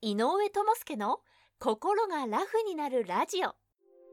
井上智介の心がラフになるラジオ。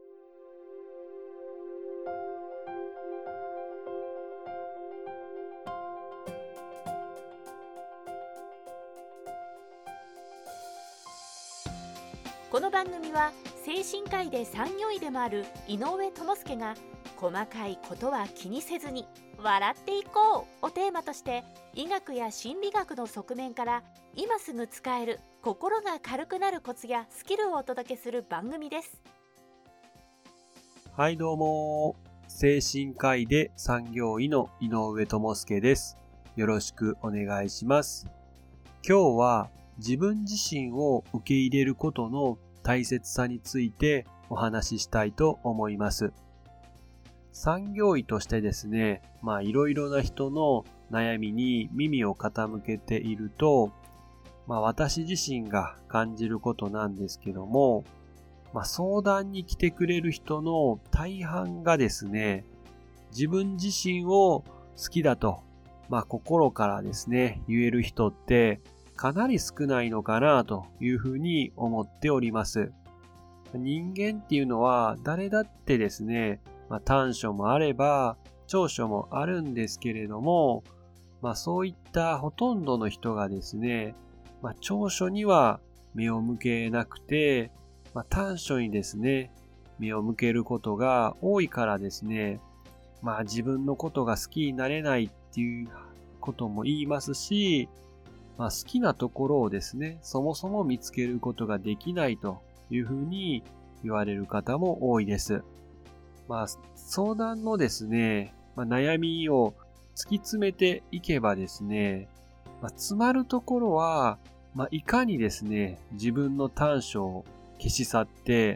この番組は精神科医で産業医でもある井上智介が細かいことは気にせずに笑っていこうをテーマとして、医学や心理学の側面から今すぐ使える心が軽くなるコツやスキルをお届けする番組です。 はいどうも、精神科医で産業医の井上智介です。よろしくお願いします。今日は自分自身を受け入れることの大切さについてお話ししたいと思います。産業医としてですね、いろいろな人の悩みに耳を傾けていると、私自身が感じることなんですけども、相談に来てくれる人の大半がですね、自分自身を好きだと、心からですね、言える人ってかなり少ないのかなというふうに思っております。人間っていうのは誰だってですね、短所もあれば長所もあるんですけれども、そういったほとんどの人がですね、長所には目を向けなくて、短所にですね、目を向けることが多いからですね、自分のことが好きになれないっていうことも言いますし、好きなところをですね、そもそも見つけることができないというふうに言われる方も多いです。相談のですね、悩みを突き詰めていけばですね、詰まるところは、いかにですね、自分の短所を消し去って、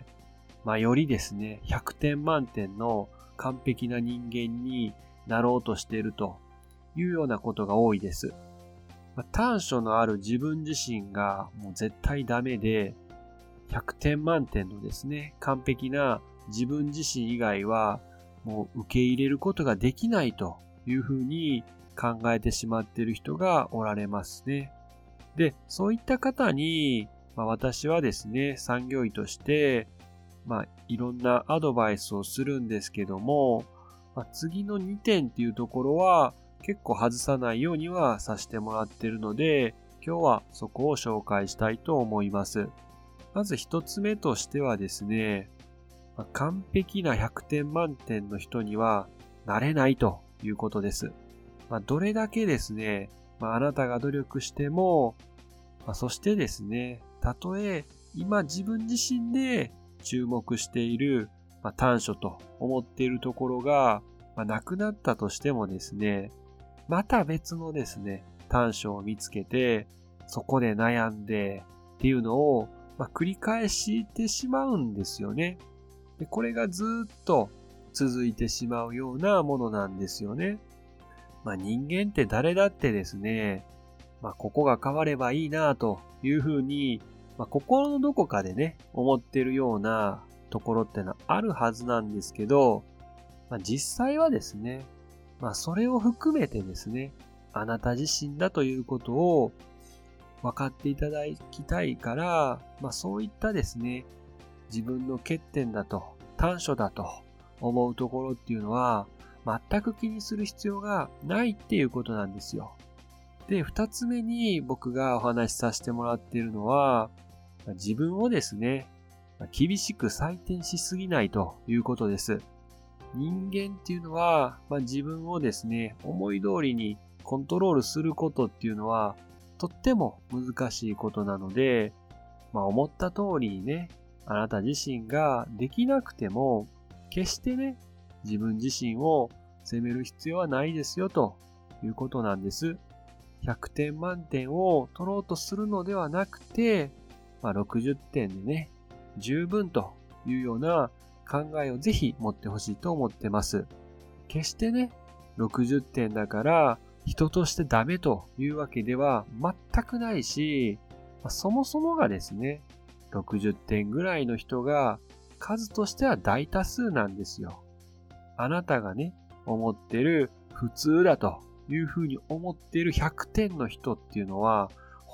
よりですね、100点満点の完璧な人間になろうとしているというようなことが多いです。短所のある自分自身がもう絶対ダメで、100点満点のですね、完璧な自分自身以外はもう受け入れることができないというふうに考えてしまっている人がおられますね。で、そういった方に、私はですね、産業医として、いろんなアドバイスをするんですけども、次の2点っていうところは結構外さないようにはさせてもらっているので、今日はそこを紹介したいと思います。まず1つ目としてはですね、完璧な100点満点の人にはなれないということです。どれだけですね、あなたが努力しても、そしてですね、たとえ今自分自身で注目している、短所と思っているところが、なくなったとしてもですね、また別のですね、短所を見つけて、そこで悩んでっていうのを、繰り返してしまうんですよね。で、これがずっと続いてしまうようなものなんですよね。人間って誰だってですね、ここが変わればいいなというふうに、心のどこかでね、思ってるようなところってのはあるはずなんですけど、実際はですね、それを含めてですね、あなた自身だということを分かっていただきたいから、そういったですね、自分の欠点だと、短所だと思うところっていうのは、全く気にする必要がないっていうことなんですよ。で、二つ目に僕がお話しさせてもらっているのは、自分をですね、厳しく採点しすぎないということです。人間っていうのは、自分をですね、思い通りにコントロールすることっていうのは、とっても難しいことなので、思った通りにね、あなた自身ができなくても、決してね、自分自身を責める必要はないですよということなんです。100点満点を取ろうとするのではなくて、60点でね、十分というような考えをぜひ持ってほしいと思ってます。決してね、60点だから人としてダメというわけでは全くないし、そもそもがですね、60点ぐらいの人が数としては大多数なんですよ。あなたがね、思ってる普通だというふうに思っている100点の人っていうのは、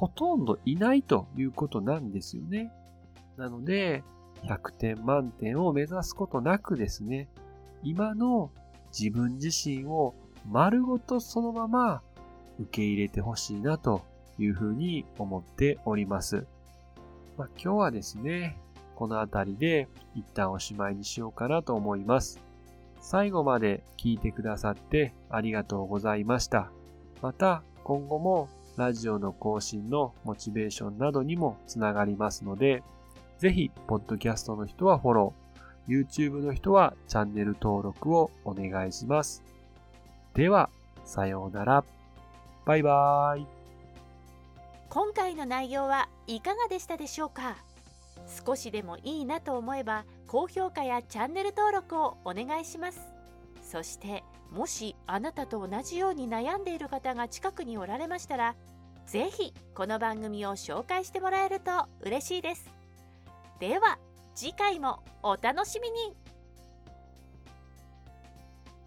ほとんどいないということなんですよね。なので、100点満点を目指すことなくですね、今の自分自身を丸ごとそのまま受け入れてほしいなというふうに思っております。今日はですね、このあたりで一旦おしまいにしようかなと思います。最後まで聞いてくださってありがとうございました。また今後もラジオの更新のモチベーションなどにもつながりますので、ぜひ、ポッドキャストの人はフォロー、YouTube の人はチャンネル登録をお願いします。では、さようなら。バイバーイ。 今回の内容はいかがでしたでしょうか？少しでもいいなと思えば高評価やチャンネル登録をお願いします。そしてもしあなたと同じように悩んでいる方が近くにおられましたら、ぜひこの番組を紹介してもらえると嬉しいです。では次回もお楽しみに。